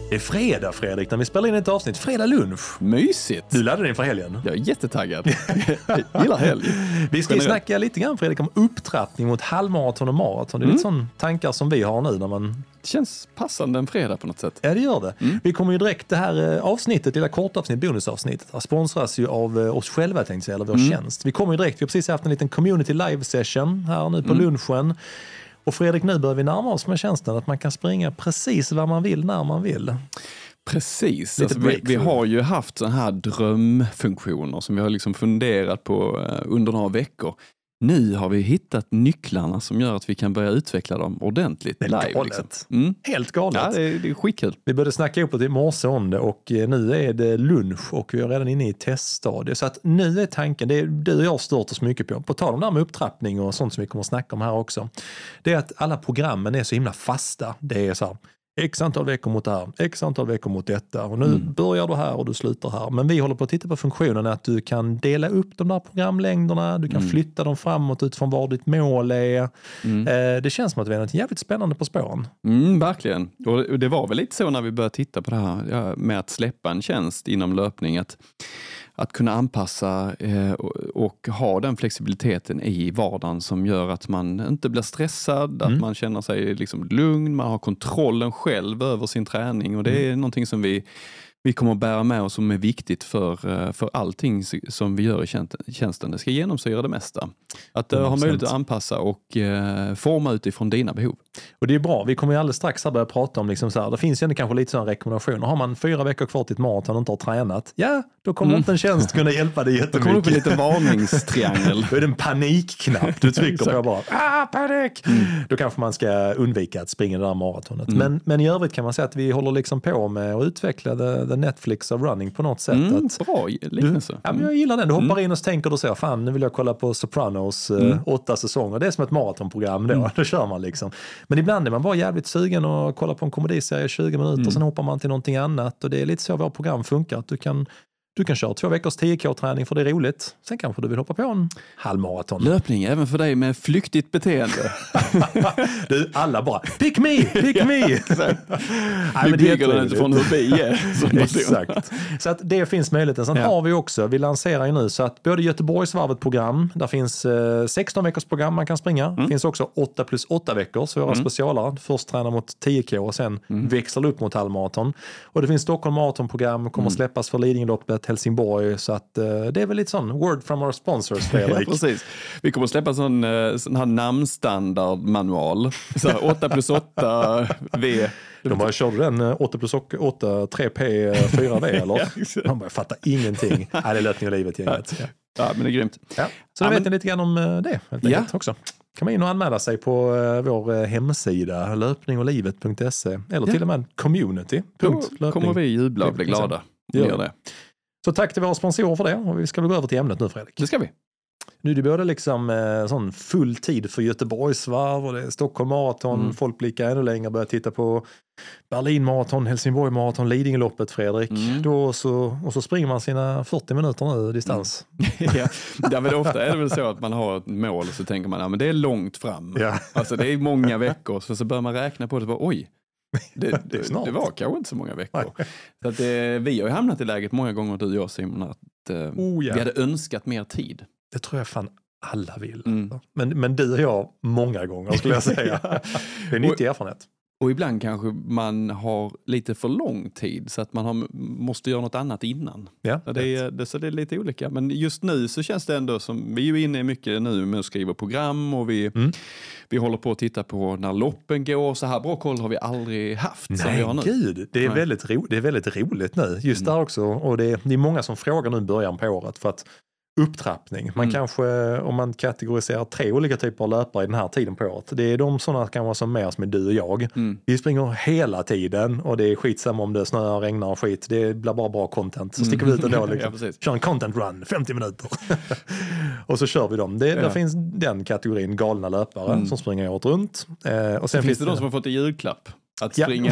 Det är fredag, Fredrik, när vi spelar in ett avsnitt. Fredag lunch. Mysigt. Du laddar dig inför helgen. Jag är jättetaggad. Jag gillar helg. Vi ska snacka lite grann, Fredrik, om upptrappning mot halvmaraton och maraton. Det är lite sådana tankar som vi har nu när man... Det känns passande en fredag på något sätt. Ja, det gör det. Vi kommer ju direkt, det här avsnittet, lilla kortavsnitt, bonusavsnittet, sponsras ju av oss själva, tänkte jag säga, eller vår tjänst. Vi kommer ju direkt, vi har precis haft en liten community live session här nu på lunchen. Och Fredrik, nu börjar vi närma oss med tjänsten att man kan springa precis vad man vill när man vill. Precis. Alltså, vi har ju haft sådana här drömfunktioner som vi har liksom funderat på under några veckor. Nu har vi hittat nycklarna som gör att vi kan börja utveckla dem ordentligt live. Galet. Liksom. Helt galet. Ja, det är skitkul. Vi började snacka upp i morse om det och nu är det lunch och vi är redan inne i teststadiet. Så att nu är tanken, det är du och jag stört oss mycket på tal om det här med upptrappning och sånt som vi kommer att snacka om här också. Det är att alla programmen är så himla fasta. Det är så här, x antal veckor mot det här, x antal veckor mot detta och nu börjar du här och du slutar här. Men vi håller på att titta på funktionen att du kan dela upp de där programlängderna, du kan flytta dem framåt utifrån var ditt mål är. Det känns som att vi är något jävligt spännande på spåren. Verkligen. Och det var väl lite så när vi började titta på det här med att släppa en tjänst inom löpning, att kunna anpassa och ha den flexibiliteten i vardagen som gör att man inte blir stressad, att man känner sig liksom lugn, man har kontrollen själv över sin träning och det är någonting som vi kommer att bära med oss som är viktigt för allting som vi gör i tjänsten. Det ska genomsyra det mesta. Att ha möjlighet att anpassa och forma utifrån dina behov. Och det är bra. Vi kommer ju alldeles strax att börja prata om liksom så här, det finns ju kanske lite sådana rekommendationer. Har man 4 veckor kvar till ett maraton och inte har tränat, då kommer inte en tjänst kunna hjälpa dig jättemycket. Då kommer det upp en liten varningstriangel. Då är det en panikknapp du trycker på bara, panik! Då kanske man ska undvika att springa det där maratonet. Men i övrigt kan man säga att vi håller liksom på med att utveckla the Netflix of running på något sätt. Bra liknelse. Men jag gillar den. Du hoppar in och tänker och säger, fan nu vill jag kolla på Sopranos 8 säsonger. Det är som ett maratonprogram då. Då kör man liksom. Men ibland är man bara jävligt sugen och kolla på en komediserie i 20 minuter. Sen hoppar man till någonting annat. Och det är lite så vårt program funkar. Att du kan köra 2 veckors 10K-träning för det är roligt. Sen kanske du vill hoppa på en halvmaraton. Löpning även för dig med flyktigt beteende. Du, alla bara, pick me! Vi bygger den utifrån hur vi är. Exakt. Så att det finns möjligheten. Sen har vi också, vi lanserar ju nu så att både Göteborgsvarvet program, där finns 16 veckors program man kan springa. Det finns också 8+8 veckor, så våra specialare. Först tränar mot 10K och sen växlar upp mot halvmaraton. Och det finns Stockholm maratonprogram, kommer släppas för Lidingöloppet, Helsingborg, så att det är väl lite sån word from our sponsors, Fredrik. Ja, precis. Vi kommer att släppa sån här namnstandardmanual. Så 8+8 V. De bara, körde den 8+8 3P 4V eller? Man bara fattar ingenting. Nej, det är löpning och livet gänget. Ja, men det är grymt. Ja. Så då vet ni lite grann om det också. Kan man in och anmäla sig på vår hemsida löpningolivet.se eller till och med community. Då kommer vi jubla och bli glada. Gör det. Så tack till våra sponsorer för det. Och vi ska gå över till ämnet nu, Fredrik. Det ska vi. Nu är det både liksom sån full tid för Göteborgsvarv och det är Stockholm maraton. Folk blickar ännu längre, börjar titta på Berlin maraton, Helsingborg maraton, Lidingöloppet, Fredrik. Och så springer man sina 40 minuter nu distans. Ja, men ofta är det väl så att man har ett mål och så tänker man, men det är långt fram. Ja. Alltså det är många veckor. Så börjar man räkna på det och oj. Det var kanske inte så många veckor. Så att vi har ju hamnat i läget många gånger, du och jag, Simon, att vi hade önskat mer tid. Det tror jag fan alla vill. Men du och jag många gånger, skulle jag säga. Det är nyttig erfarenhet. Och ibland kanske man har lite för lång tid så att man måste göra något annat innan. Ja, så det är lite olika. Men just nu så känns det ändå som, vi är ju inne mycket nu med att skriva program och vi håller på att titta på när loppen går. Så här bra koll har vi aldrig haft som vi har nu. Gud, det är väldigt roligt nu. Just där också. Och det är många som frågar nu i början på året för att upptrappning. Man kanske, om man kategoriserar 3 olika typer av löpare i den här tiden på året. Det är de sådana kan vara som med oss med du och jag. Vi springer hela tiden och det är skitsamma om det snöar, regnar och skit. Det blir bara bra content. Så sticker vi ut ändå liksom. Kör en content run, 50 minuter. Och så kör vi dem. Där finns den kategorin galna löpare som springer året runt. Och sen finns det de som har fått en julklapp. Att springa...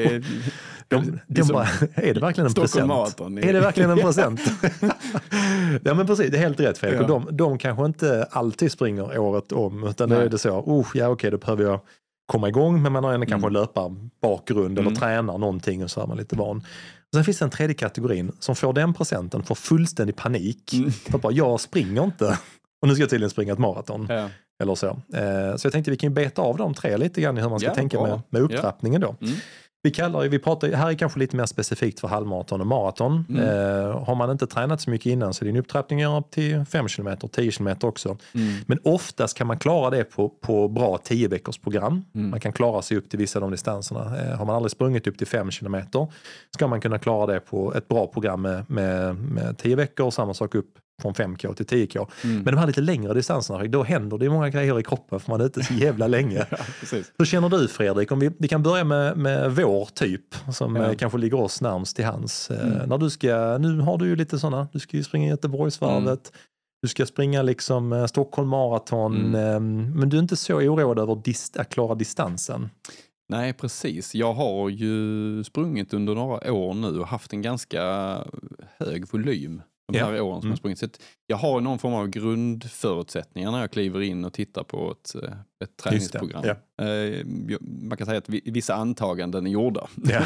är det verkligen en present? Är det verkligen en present? Ja, men precis, det är helt rätt, Fredrik. Ja. De kanske inte alltid springer året om, utan då är det så, då behöver jag komma igång, men man har ändå kanske en löparbakgrund eller tränar någonting och så är man lite van. Och sen finns det en tredje kategorin som får den procenten får fullständig panik. För bara, jag springer inte. Och nu ska jag tydligen springa ett maraton. Ja. Eller så. Så jag tänkte vi kan ju beta av de tre lite grann i hur man ska tänka med upptrappningen då. Vi pratar, här är kanske lite mer specifikt för halvmaraton och maraton. Har man inte tränat så mycket innan så är det en upptrappning upp till 5 km, 10 km också. Men oftast kan man klara det på bra 10 veckors program. Man kan klara sig upp till vissa av de distanserna. Har man aldrig sprungit upp till 5 km ska man kunna klara det på ett bra program med 10 veckor och samma sak upp från 5K till 10K. Men de här lite längre distanserna, då händer det många grejer i kroppen för man är ute så jävla länge. Hur känner du, Fredrik? Om vi kan börja med vår typ som kanske ligger oss närmst till hands. När nu har du ju lite sådana, du ska ju springa Göteborgsvarvet, du ska springa liksom Stockholm maraton, men du är inte så oroad över att klara distansen. Nej, precis. Jag har ju sprungit under några år nu och haft en ganska hög volym de här åren som jag sprungit. Så jag har någon form av grundförutsättningar när jag kliver in och tittar på ett träningsprogram. Man kan säga att vissa antaganden är gjorda.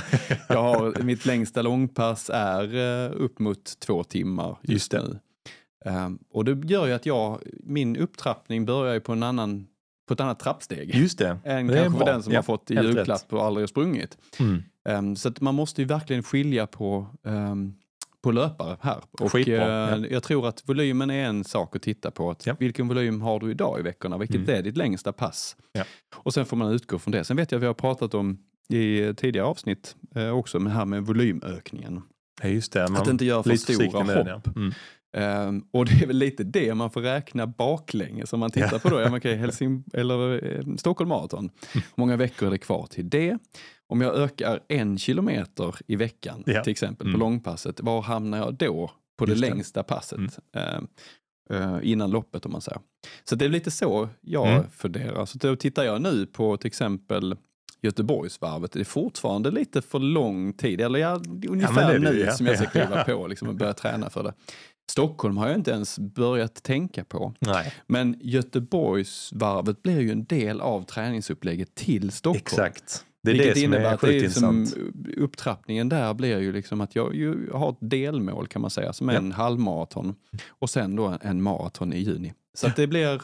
Mitt längsta långpass är upp mot 2 timmar just nu. Och det gör ju att min upptrappning börjar ju på ett annat trappsteg. Just det. Än kanske för den som har fått i julklapp och aldrig sprungit. Så att man måste ju verkligen skilja på löpare här. Och jag tror att volymen är en sak att titta på. Vilken volym har du idag i veckorna? Vilket är ditt längsta pass? Och sen får man utgå från det. Sen vet jag att vi har pratat om i tidigare avsnitt också med här med volymökningen. Ja, just det. Att inte göra för stora hopp. Och det är väl lite det man får räkna baklänges om man tittar på då. Stockholm maraton. Många veckor är det kvar till det. Om jag ökar 1 kilometer i veckan till exempel på långpasset, var hamnar jag då på det längsta passet innan loppet om man säger. Så det är lite så jag funderar. Så då tittar jag nu på till exempel Göteborgsvarvet. Det är fortfarande lite för lång tid. Eller ungefär nu som jag ska kliva på liksom, och börja träna för det. Stockholm har jag inte ens börjat tänka på. Nej. Men Göteborgsvarvet blir ju en del av träningsupplägget till Stockholm. Exakt. Vilket innebär att upptrappningen där blir ju liksom att jag har ett delmål kan man säga som är en halvmaraton och sen då en maraton i juni. Så att det blir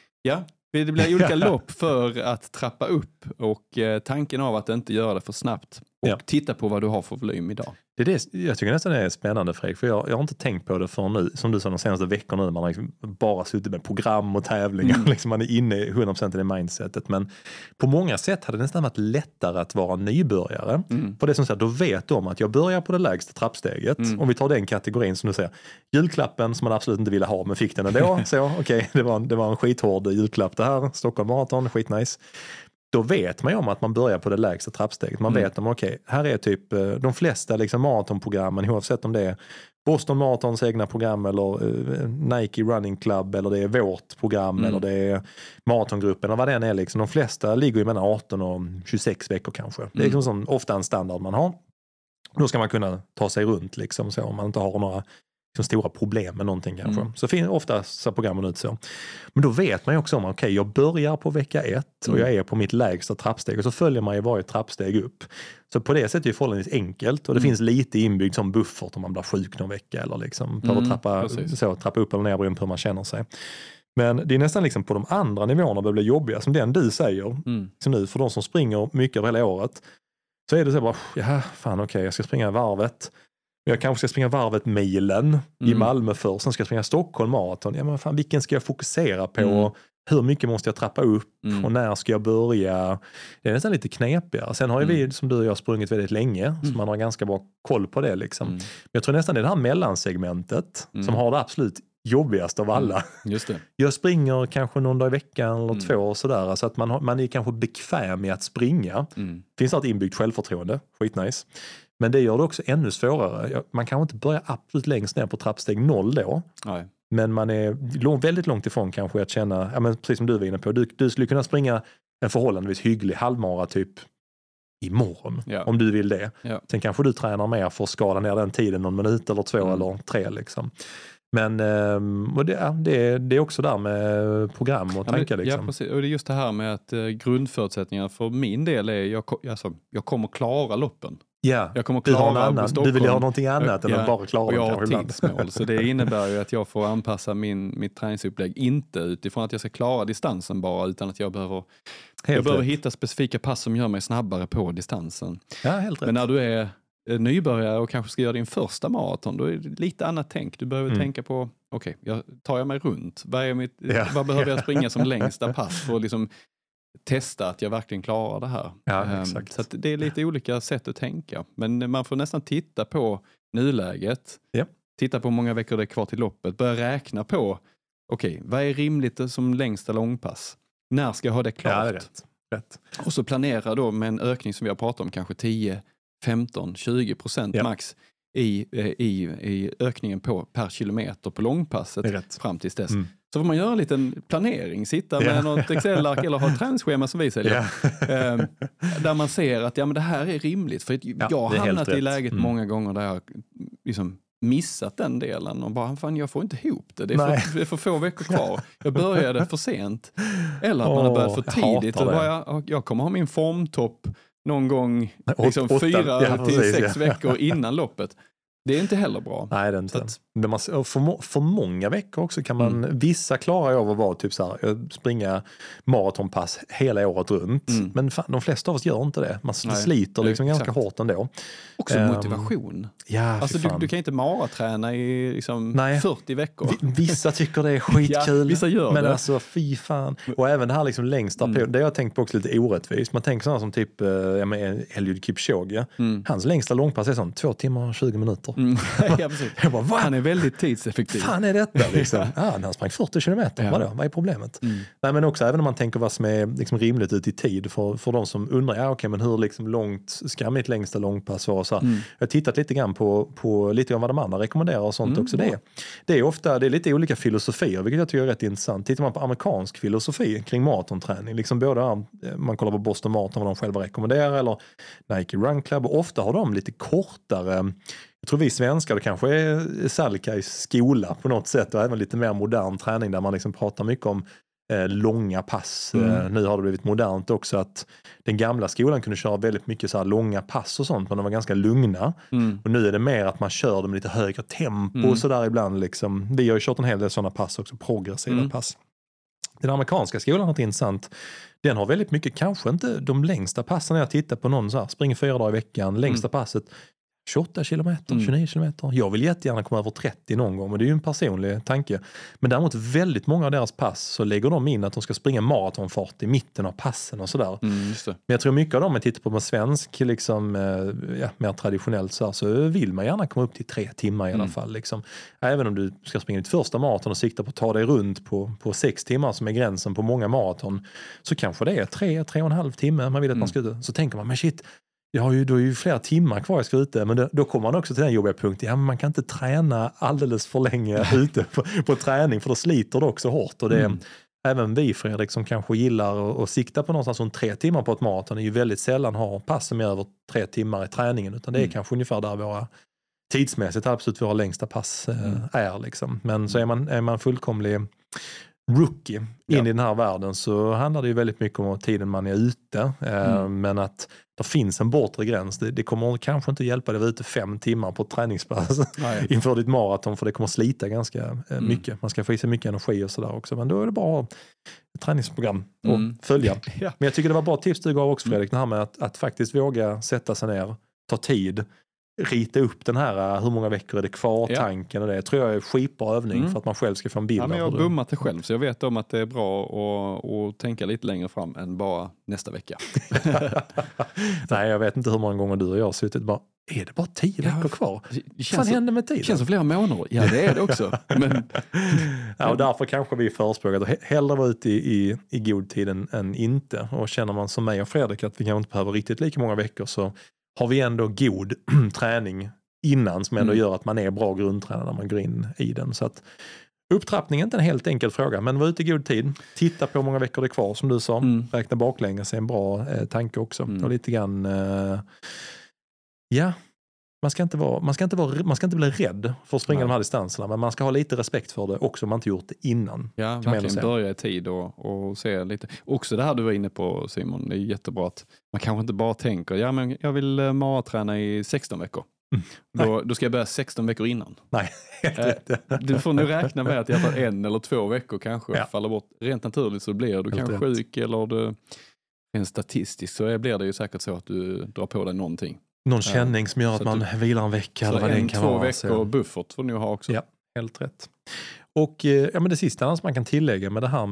olika lopp för att trappa upp och tanken av att inte göra det för snabbt och titta på vad du har för volym idag. Jag tycker nästan det är spännande, Fredrik, för jag har inte tänkt på det för nu, som du sa de senaste veckorna nu, man har liksom bara suttit med program och tävlingar, liksom man är inne 100% i det mindsetet, men på många sätt hade det nästan varit lättare att vara nybörjare. För det som säger, då vet de att jag börjar på det lägsta trappsteget, om vi tar den kategorin som du säger, julklappen som man absolut inte ville ha men fick den ändå, så okej, det var en skithård julklapp det här, Stockholm maraton, skitnice. Då vet man ju om att man börjar på det lägsta trappsteget. Man vet om här är typ de flesta liksom maratonprogrammen, oavsett om det är Boston Maratons egna program eller Nike Running Club eller det är vårt program eller det är maratongruppen eller vad det än är. Liksom. De flesta ligger ju mellan 18 och 26 veckor kanske. Det är liksom som ofta en standard man har. Då ska man kunna ta sig runt liksom, så om man inte har några stora problem med någonting kanske. Så finns ofta så programmen ut så. Men då vet man ju också om jag börjar på vecka 1 och jag är på mitt lägsta trappsteg och så följer man ju varje trappsteg upp. Så på det sättet är det förhållandevis enkelt och det finns lite inbyggd som buffert om man blir sjuk någon vecka eller liksom trappa upp eller ner beroende på hur man känner sig. Men det är nästan liksom på de andra nivåerna det blir jobbiga som den du säger. Så nu för de som springer mycket över hela året så är det så bara, jag ska springa varvet. Jag kanske ska springa varvet milen i Malmö först. Sen ska jag springa Stockholm maraton. Ja, men vilken ska jag fokusera på? Hur mycket måste jag trappa upp? Och när ska jag börja? Det är nästan lite knepigare. Sen har ju vi, som du och jag, sprungit väldigt länge. Så man har ganska bra koll på det. Liksom. Men jag tror nästan det är det här mellansegmentet som har det absolut jobbigast av alla. Just det. Jag springer kanske någon dag i veckan eller 2 och sådär. Så att man är kanske bekväm med att springa. Finns ett inbyggt självförtroende. Skitnice. Men det gör det också ännu svårare. Man kan inte börja absolut längst ner på trappsteg 0 då. Nej. Men man är väldigt långt ifrån kanske att känna, precis som du var inne på, du skulle kunna springa en förhållandevis hygglig halvmara typ imorgon, om du vill det. Ja. Sen kanske du tränar mer för att skala ner den tiden någon minut eller 2 eller 3 liksom. Men och det är också där med program och tankar. Liksom. Ja, precis. Och det är just det här med att grundförutsättningar för min del är jag kommer klara loppen. Ja, jag kommer klara du vill ha någonting annat än att bara klara och jag dem. har tidsmål, så det innebär ju att jag får anpassa mitt träningsupplägg inte utifrån att jag ska klara distansen bara, utan att jag behöver hitta specifika pass som gör mig snabbare på distansen. Ja, helt rätt. Men när du är nybörjare och kanske ska göra din första maraton, då är det lite annat tänk. Du behöver tänka på, tar jag mig runt? Vad behöver jag springa som längsta pass för att liksom testa att jag verkligen klarar det här? Ja, exakt. Så att det är lite olika sätt att tänka. Men man får nästan titta på nuläget. Ja. Titta på hur många veckor det är kvar till loppet. Börja räkna på, vad är rimligt som längsta långpass? När ska jag ha det klart? Ja, det är rätt. Och så planera då med en ökning som vi har pratat om, kanske 10, 15, 20% max i ökningen per kilometer på långpasset fram tills dess. Så får man göra en liten planering, sitta med något Excel-ark eller ha ett träningsschema som vi säljer. Där man ser att men det här är rimligt. För jag har hamnat i läget många gånger där jag liksom missat den delen och bara, jag får inte ihop det. Det är för få veckor kvar. Jag började för sent. Eller att man har börjat för tidigt. Jag kommer ha min formtopp någon gång liksom 4 till 6 veckor innan loppet. Det är inte heller bra. Nej, det är inte. För många veckor också kan man, vissa klarar av att vara typ så här, springa maratonpass hela året runt. Men de flesta av oss gör inte det. Man sliter liksom ganska hårt ändå. Också motivation. Ja, alltså du kan inte maraträna i liksom 40 veckor. Vissa tycker det är skitkul. Vissa gör men det. Alltså fy fan. Och även det här liksom längsta perioden. Det har jag tänkt på också lite orättvist. Man tänker sådana som typ Eliud Kipchoge. Hans längsta långpass är sån 2 timmar och 20 minuter. Jag bara, han är väldigt tidseffektiv. Fan är detta liksom? Han sprang 40 kilometer. Vad är problemet? Nej, men också även om man tänker vad som är liksom rimligt ut i tid för de som undrar, men hur liksom långt ska mitt längsta långpass vara? Så jag har tittat lite grann på lite om vad de andra rekommenderar och sånt också. Det är lite olika filosofier, vilket jag tycker är rätt intressant. Tittar man på amerikansk filosofi kring maratonträning, liksom både man kollar på Boston Marathon vad de själva rekommenderar eller Nike Run Club, och ofta har de lite kortare. Jag tror vi svenskar, det kanske är Salkais skola på något sätt, och även lite mer modern träning där man liksom pratar mycket om långa pass. Nu har det blivit modernt också att den gamla skolan kunde köra väldigt mycket så här långa pass och sånt, men de var ganska lugna. Och nu är det mer att man kör dem lite högre tempo och sådär ibland. Liksom. Vi har ju kört en hel del sådana pass också, progressiva pass. Den amerikanska skolan är något intressant. Den har väldigt mycket, kanske inte de längsta passen. Jag tittar på någon så här, springer 4 dagar i veckan, längsta passet 28 kilometer, 29 kilometer. Jag vill jättegärna komma över 30 någon gång, men det är ju en personlig tanke. Men däremot väldigt många av deras pass så lägger de in att de ska springa maratonfart i mitten av passen och sådär. Men jag tror mycket av dem, jag tittar på med svensk liksom, mer traditionellt så vill man gärna komma upp till 3 timmar i alla fall. Liksom. Även om du ska springa ditt första maraton och sikta på att ta dig runt på 6 timmar som är gränsen på många maraton, så kanske det är 3,5 timmar man vill att man ska ut. Så tänker man, men shit, då är ju flera timmar kvar jag ska ute, men då kommer man också till den jobbiga punkten. Ja, man kan inte träna alldeles för länge ute på träning, för då sliter det också hårt. Och det är, även vi, Fredrik, som kanske gillar att sikta på någonstans om 3 timmar på ett maraton, är ju väldigt sällan har pass med över 3 timmar i träningen, utan det är kanske ungefär där våra tidsmässigt absolut våra längsta pass är. Liksom. Men så är man fullkomlig rookie in i den här världen, så handlar det ju väldigt mycket om tiden man är ute. Men att det finns en bortre gräns. Det kommer kanske inte hjälpa dig att vara ute 5 timmar på ett träningspass inför ditt maraton, för det kommer slita ganska mycket. Man ska få i sig mycket energi och sådär också. Men då är det bara ett träningsprogram att följa. Men jag tycker det var bra tips du gav också, Fredrik, det här med att faktiskt våga sätta sig ner, ta tid, rita upp den här, hur många veckor är det kvar, tanken och det. Jag tror jag är skitbra övning för att man själv ska få en bild. Men jag har bummat det själv, så jag vet om att det är bra att tänka lite längre fram än bara nästa vecka. Nej, jag vet inte hur många gånger du och jag har suttit bara, är det bara 10 veckor kvar? Vad fan händer med tiden? Det känns som flera månader. Ja, det är det också. Men och därför kanske vi förespråkar att hellre vara ute i god tid än inte. Och känner man som mig och Fredrik att vi kanske inte behöver riktigt lika många veckor, så har vi ändå god träning innan som ändå gör att man är bra grundtränare när man går in i den. Så att upptrappning är inte en helt enkel fråga, men var ute i god tid. Titta på hur många veckor det är kvar, som du sa. Räkna baklänges är en bra tanke också. Och lite grann man ska inte bli rädd för att springa de här distanserna, men man ska ha lite respekt för det också om man inte gjort det innan. Ja, verkligen börja i tid och se lite. Också det här du var inne på, Simon, det är jättebra att man kanske inte bara tänker, ja men jag vill maraträna i 16 veckor. Då ska jag börja 16 veckor innan. Nej, helt rätt. Du får nu räkna med att i alla fall 1 eller 2 veckor kanske faller bort. Rent naturligt så blir du kanske sjuk eller du, rent statistiskt så blir det ju säkert så att du drar på dig någonting. Någon känning som gör att man vilar en vecka eller vad det kan vara. 2 veckor buffert får du nog ha också. Ja, helt rätt. Och men det sista som man kan tillägga med det här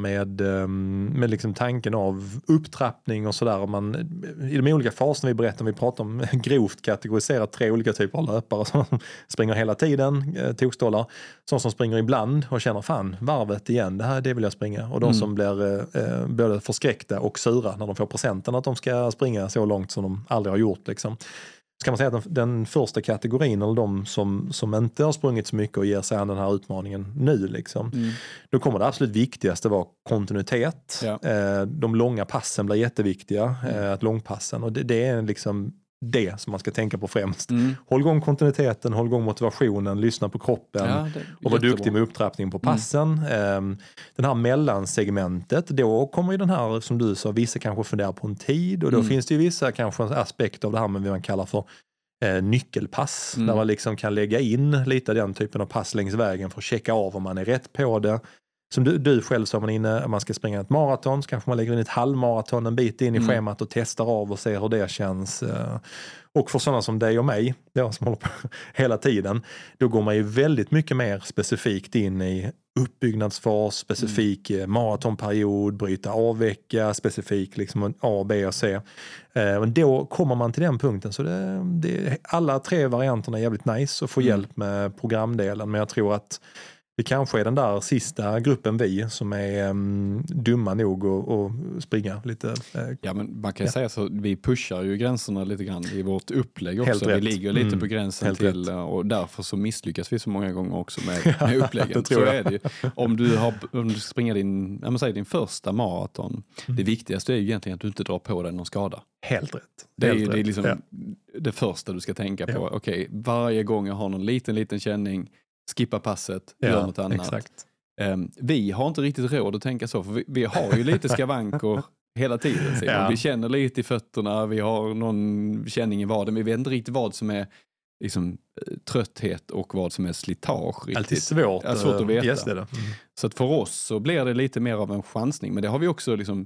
med liksom tanken av upptrappning och sådär. I de olika faserna vi pratar om grovt kategoriserat 3 olika typer av löpare som springer hela tiden, tokstollar. Sådana som springer ibland och känner fan, varvet igen, det vill jag springa. Och de som blir både förskräckta och sura när de får presenten att de ska springa så långt som de aldrig har gjort liksom. Ska man säga att den första kategorin eller de som inte har sprungit så mycket och ger sig an den här utmaningen nu liksom. Då kommer det absolut viktigaste vara kontinuitet. Ja. De långa passen blir jätteviktiga, att långpassen, och det är liksom det som man ska tänka på främst. Håll igång kontinuiteten, håll igång motivationen, lyssna på kroppen och var duktig med upptrappning på passen. Den här mellansegmentet, då kommer ju den här, som du sa, vissa kanske funderar på en tid, och då finns det ju vissa kanske aspekter av det här med vad man kallar för nyckelpass, där man liksom kan lägga in lite den typen av pass längs vägen för att checka av om man är rätt på det. Som du själv sa, om man ska springa ett maraton så kanske man lägger in ett halvmaraton en bit in i schemat och testar av och ser hur det känns. Och för sådana som dig och mig, det som håller på hela tiden, då går man ju väldigt mycket mer specifikt in i uppbyggnadsfas, specifik maratonperiod, bryta av vecka, specifik liksom A, B och C. Men då kommer man till den punkten, så alla 3 varianterna är jävligt nice att få hjälp med programdelen, men jag tror att vi kanske är den där sista gruppen som är dumma nog att springa lite. Ja, men man kan säga så, vi pushar ju gränserna lite grann i vårt upplägg också. Vi ligger lite på gränsen till, och därför så misslyckas vi så många gånger också med uppläggen. Så är det ju. Om du springer din första maraton, det viktigaste är ju egentligen att du inte drar på dig någon skada. Helt rätt. Det är liksom det första du ska tänka på. Okej, varje gång jag har någon liten känning, skippa passet, gör något annat. Exakt. Vi har inte riktigt råd att tänka så, för vi har ju lite skavanker hela tiden. Vi känner lite i fötterna, vi har någon känning i vaden, vi vet inte riktigt vad som är liksom, trötthet och vad som är slitage. Alltid svårt att veta. Så att för oss så blir det lite mer av en chansning, men det har vi också liksom,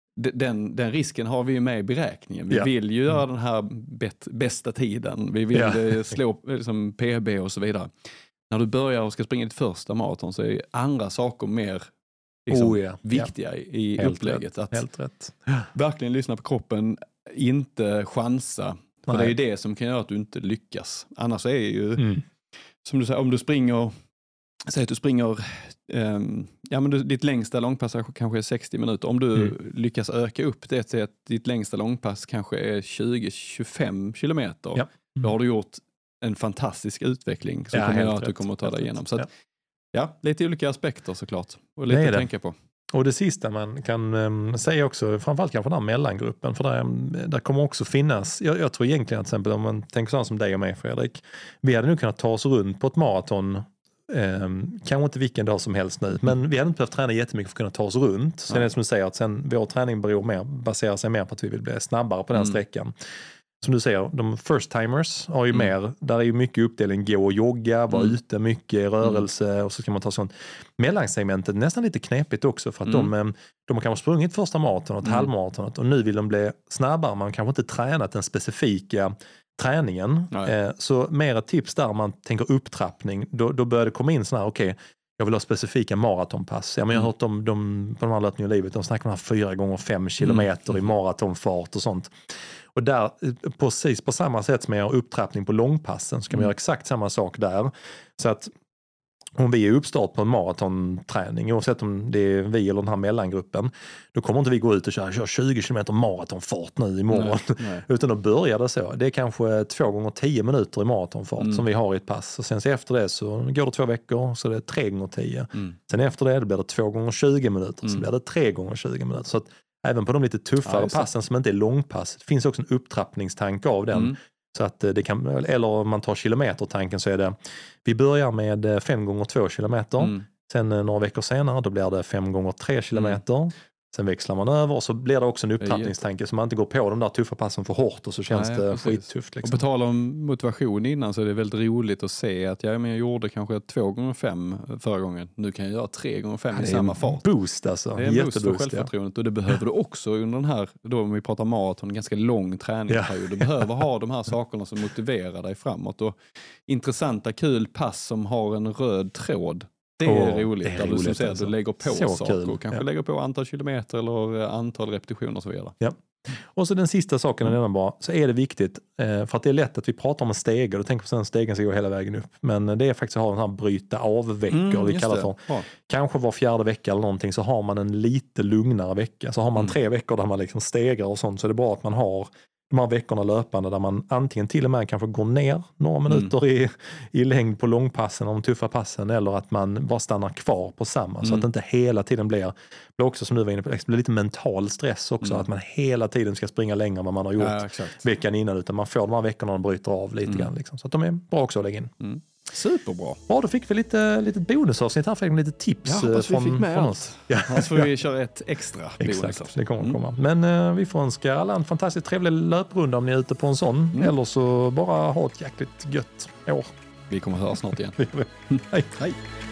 den risken har vi ju med i beräkningen. Vi vill ju göra den här bästa tiden, vi vill slå liksom, PB och så vidare. När du börjar och ska springa ditt första maraton så är andra saker mer liksom, viktiga i upplägget. Helt rätt. Verkligen lyssna på kroppen, inte chansa. För det är ju det som kan göra att du inte lyckas. Annars är det ju, som du säger, om du springer, säg att du springer, ditt längsta långpass kanske är 60 minuter. Om du lyckas öka upp det till att ditt längsta långpass kanske är 20-25 kilometer, då har du gjort en fantastisk utveckling som kommer göra att du kommer att ta dig igenom. Så att, lite olika aspekter såklart. Och lite att tänka på. Och det sista man kan säga också, framförallt kanske den här mellangruppen, för där kommer också finnas, jag tror egentligen till exempel om man tänker sådana som dig och mig, Fredrik, vi hade nu kunnat ta oss runt på ett maraton, kanske inte vilken dag som helst nu, men vi hade inte behövt träna jättemycket för att kunna ta oss runt. Sen är det som du säger, att vår träning baserar sig mer på att vi vill bli snabbare på den sträckan. Som du säger, de first-timers har ju mer, där är ju mycket uppdelning, gå och jogga, vara ute mycket, rörelse, och så ska man ta sånt. Mellansegmentet är nästan lite knepigt också, för att de har kanske sprungit första maraton och halvmaratonet, och nu vill de bli snabbare, man kanske inte tränat den specifika träningen. Så mer ett tips där, om man tänker upptrappning, då börjar det komma in sådana här, okej, jag vill ha specifika maratonpass. Jag har hört på de här löpningarna i livet, de snackar om 4x5 kilometer i maratonfart och sånt. Och där, precis på samma sätt som jag har upptrappning på långpassen, så kan man göra exakt samma sak där. Så att om vi är uppstart på en maratonträning, oavsett om det är vi eller den här mellangruppen, då kommer inte vi gå ut och köra 20 km maratonfart nu imorgon. Nej. Utan då börjar det så. Det är kanske 2 gånger 10 minuter i maratonfart som vi har i ett pass. Och sen så efter det så går det 2 veckor, så det är 3 gånger 10. Sen efter det blir det 2 gånger 20 minuter, så blir det 3 gånger 20 minuter. Så att även på de lite tuffare passen som inte är långpass, det finns också en upptrappningstanke av den. Så att det kan, eller om man tar kilometertanken så är det, vi börjar med 5 gånger 2 kilometer. Sen några veckor senare då blir det 5 gånger 3 kilometer. Sen växlar man över och så blir det också en upptrappningstanke så man inte går på de där tuffa passen för hårt och så känns det skittufft. Liksom. Och på tal om motivation innan så är det väldigt roligt att se att jag gjorde kanske 2 gånger 5 förra gången. Nu kan jag göra 3 gånger 5 i samma fart. Boost alltså. Det är en boost för självförtroendet och det behöver du också under den här, då om vi pratar maraton, en ganska lång träningsperiod. Du behöver ha de här sakerna som motiverar dig framåt och intressanta kul pass som har en röd tråd. Det är roligt. Det är roligt du säger, alltså. Du lägger på så saker kul. Och kanske lägger på antal kilometer eller antal repetitioner och så vidare. Ja. Och så den sista saken är redan bra, så är det viktigt för att det är lätt att vi pratar om en stege och du tänker på att stegen ska gå hela vägen upp. Men det är faktiskt att ha den här bryta av-veckor vi kallar för. Ja. Kanske var 4:e vecka eller någonting så har man en lite lugnare vecka. Så har man 3 veckor där man liksom stegar och sånt så är det bra att man har de här veckorna löpande där man antingen till och med kanske går ner några minuter i längd på långpassen och de tuffa passen eller att man bara stannar kvar på samma så att det inte hela tiden blir också som du var inne på, det blir lite mental stress också att man hela tiden ska springa längre än vad man har gjort veckan innan utan man får de här veckorna och bryter av lite grann liksom. Så att de är bra också att lägga in. Superbra. Ja, då fick vi lite bonusavsnitt här, fick lite tips från oss. Ja, så får vi köra ett extra Exakt, det kommer att komma. Men vi får önska alla en fantastiskt trevlig löprunda om ni är ute på en sån. Eller så bara ha ett jäkligt gött år. Vi kommer att höra snart igen. Hej.